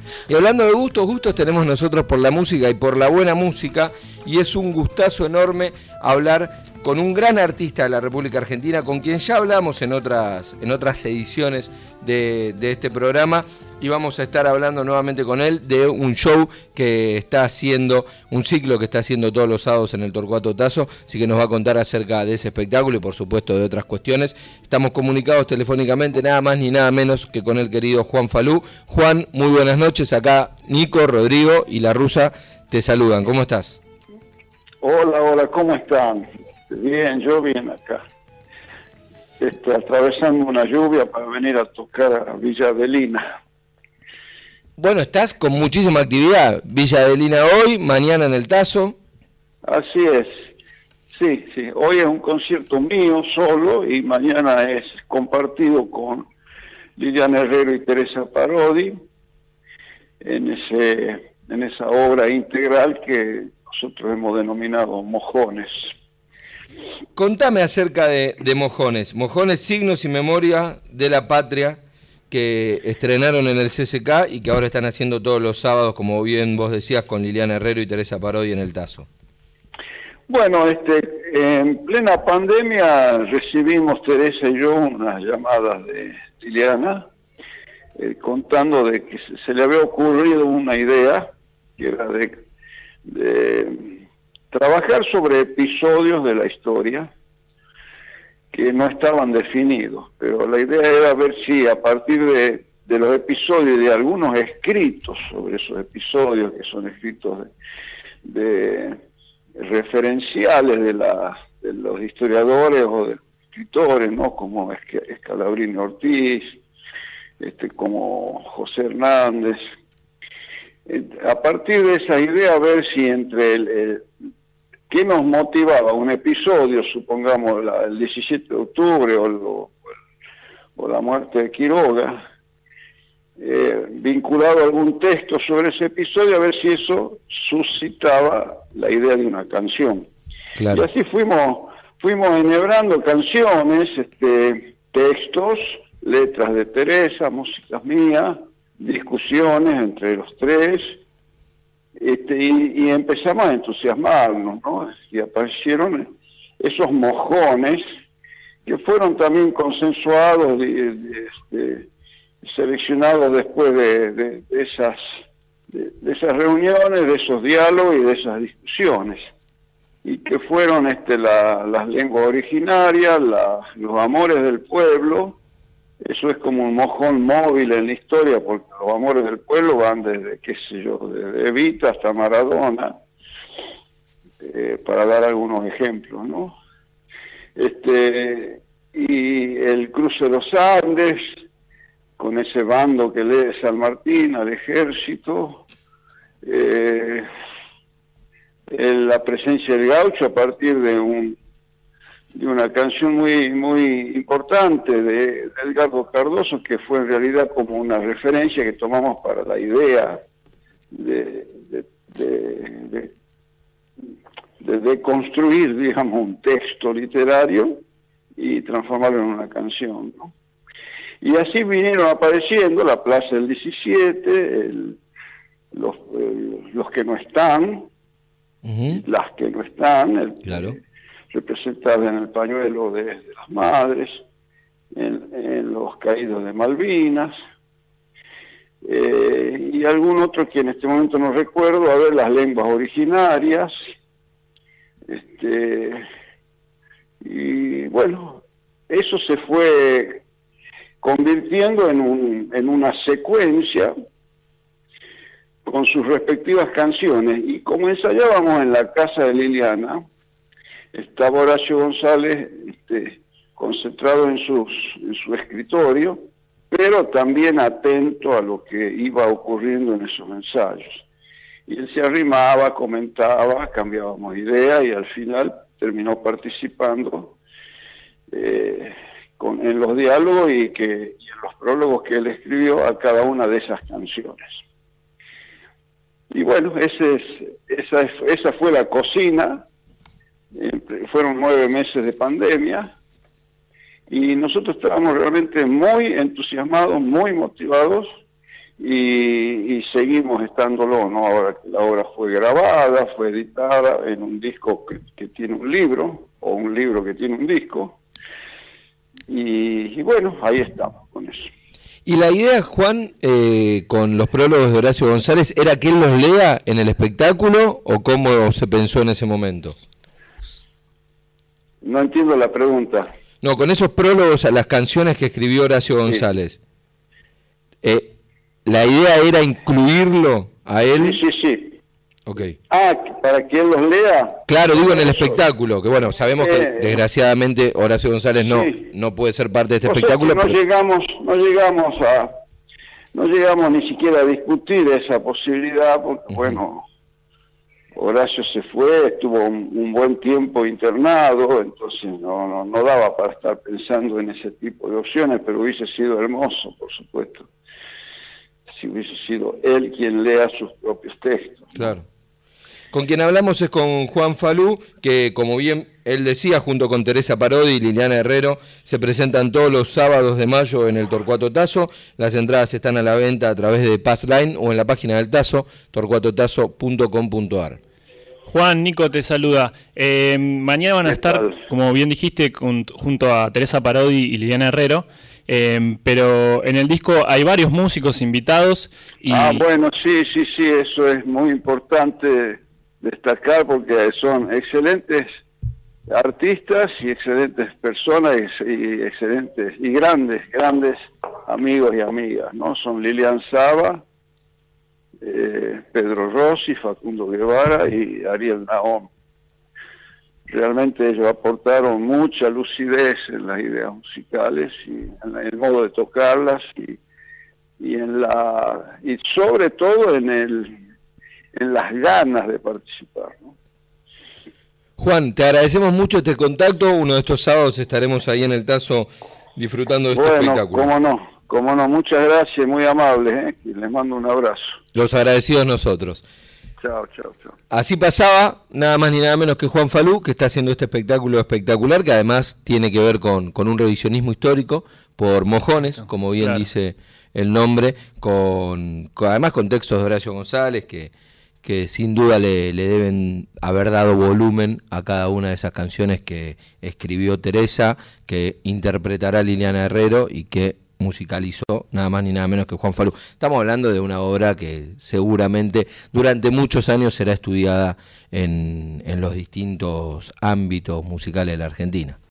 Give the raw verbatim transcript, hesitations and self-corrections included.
Y hablando de gustos, gustos tenemos nosotros por la música y por la buena música, y es un gustazo enorme hablar con un gran artista de la República Argentina, con quien ya hablamos en otras, en otras ediciones de, de este programa, y vamos a estar hablando nuevamente con él de un show que está haciendo, un ciclo que está haciendo todos los sábados en el Torcuato Tazo, así que nos va a contar acerca de ese espectáculo y por supuesto de otras cuestiones. Estamos comunicados telefónicamente nada más ni nada menos que con el querido Juan Falú. Juan, muy buenas noches, acá Nico, Rodrigo y la Rusa te saludan, ¿cómo estás? Hola, hola, ¿cómo están? Bien, yo bien acá. Este, atravesando una lluvia para venir a tocar a Villa Adelina. Bueno, estás con muchísima actividad. Villa Adelina hoy, mañana en el Tazo. Así es. Sí, sí. Hoy es un concierto mío solo y mañana es compartido con Liliana Herrero y Teresa Parodi en ese, en esa obra integral que nosotros hemos denominado Mojones. Contame acerca de, de Mojones. Mojones, signos y memoria de la patria, que estrenaron en el C C K y que ahora están haciendo todos los sábados, como bien vos decías, con Liliana Herrero y Teresa Parodi en el Tazo. Bueno, este, en plena pandemia recibimos Teresa y yo unas llamadas de Liliana eh, contando de que se, se le había ocurrido una idea que era de, de trabajar sobre episodios de la historia que no estaban definidos, pero la idea era ver si a partir de, de los episodios y de algunos escritos sobre esos episodios, que son escritos de, de referenciales de, la, de los historiadores o de escritores, ¿no? Como Scalabrini Ortiz, este, como José Hernández. A partir de esa idea, ver si entre el, el ¿qué nos motivaba? Un episodio, supongamos la, el diecisiete de octubre o, lo, o la muerte de Quiroga, eh, vinculado a algún texto sobre ese episodio, a ver si eso suscitaba la idea de una canción. Claro. Y así fuimos, fuimos enhebrando canciones, este, textos, letras de Teresa, músicas mías, discusiones entre los tres. Este, y, y empezamos a entusiasmarnos, ¿no? Y aparecieron esos mojones que fueron también consensuados, de, de, de, seleccionados después de, de, de, esas, de, de esas reuniones, de esos diálogos y de esas discusiones, y que fueron este, la, las lenguas originarias, la, los amores del pueblo. Eso es como un mojón móvil en la historia, porque los amores del pueblo van desde, qué sé yo, desde Evita hasta Maradona, eh, para dar algunos ejemplos, ¿no? Este, y el cruce de los Andes, con ese bando que lee San Martín al ejército, eh, la presencia del gaucho a partir de un de una canción muy muy importante de, de Edgardo Cardoso, que fue en realidad como una referencia que tomamos para la idea de, de, de, de, de, de construir, digamos, un texto literario y transformarlo en una canción, ¿no? Y así vinieron apareciendo la Plaza del diecisiete, el, los, el, los que no están, uh-huh. las que no están, el, claro. representadas en el pañuelo de, de las madres, en, en los caídos de Malvinas, eh, y algún otro que en este momento no recuerdo, a ver, las lenguas originarias, este, y bueno, eso se fue convirtiendo en, un, en una secuencia con sus respectivas canciones, y como ensayábamos en la casa de Liliana, estaba Horacio González este, concentrado en, sus, en su escritorio, pero también atento a lo que iba ocurriendo en esos ensayos. Y él se arrimaba, comentaba, cambiábamos idea y al final terminó participando eh, con, en los diálogos y, que, y en los prólogos que él escribió a cada una de esas canciones. Y bueno, ese es, esa, es, esa fue la cocina. Fueron nueve meses de pandemia y nosotros estábamos realmente muy entusiasmados, muy motivados, y, y seguimos estándolo, ¿no? Ahora que la obra fue grabada, fue editada en un disco que, que tiene un libro, o un libro que tiene un disco, y, y bueno, ahí estamos con eso. Y la idea, Juan, eh, con los prólogos de Horacio González, ¿era que él los lea en el espectáculo o cómo se pensó en ese momento? No entiendo la pregunta. No, con esos prólogos a las canciones que escribió Horacio González, sí. eh, ¿la idea era incluirlo a él? Sí, sí, sí. Okay. Ah, ¿para que él los lea? Claro, digo en el espectáculo, que bueno, sabemos eh, que desgraciadamente Horacio González no, sí. no puede ser parte de este o espectáculo. Sea que no pero... llegamos, no llegamos a, no llegamos ni siquiera a discutir esa posibilidad, porque uh-huh. bueno, Horacio se fue, estuvo un, un buen tiempo internado, entonces no, no, no daba para estar pensando en ese tipo de opciones, pero hubiese sido hermoso, por supuesto, si hubiese sido él quien lea sus propios textos. Claro. Con quien hablamos es con Juan Falú, que como bien él decía, junto con Teresa Parodi y Liliana Herrero, se presentan todos los sábados de mayo en el Torcuato Tazo. Las entradas están a la venta a través de Passline o en la página del Tazo, torcuato tazo punto com punto a r. Juan, Nico te saluda. Eh, mañana van a estar, como bien dijiste, con, junto a Teresa Parodi y Liliana Herrero, eh, pero en el disco hay varios músicos invitados. Y... Ah, bueno, sí, sí, sí, eso es muy importante destacar porque son excelentes artistas y excelentes personas y, y excelentes y grandes, grandes amigos y amigas, ¿no? Son Lilian Saba, eh, Pedro Rossi, Facundo Guevara y Ariel Naom. Realmente ellos aportaron mucha lucidez en las ideas musicales y en el modo de tocarlas y, y en la y sobre todo en el en las ganas de participar, ¿no? Juan, te agradecemos mucho este contacto. Uno de estos sábados estaremos ahí en el Tazo disfrutando de este bueno, espectáculo. Cómo no, cómo no, muchas gracias, muy amables, ¿eh? Y les mando un abrazo. Los agradecidos nosotros. Chao, chao, chao. Así pasaba, nada más ni nada menos que Juan Falú, que está haciendo este espectáculo espectacular, que además tiene que ver con, con un revisionismo histórico por Mojones, como bien claro. dice el nombre, con, con además con textos de Horacio González, que que sin duda le, le deben haber dado volumen a cada una de esas canciones que escribió Teresa, que interpretará Liliana Herrero y que musicalizó nada más ni nada menos que Juan Falú. Estamos hablando de una obra que seguramente durante muchos años será estudiada en, en los distintos ámbitos musicales de la Argentina.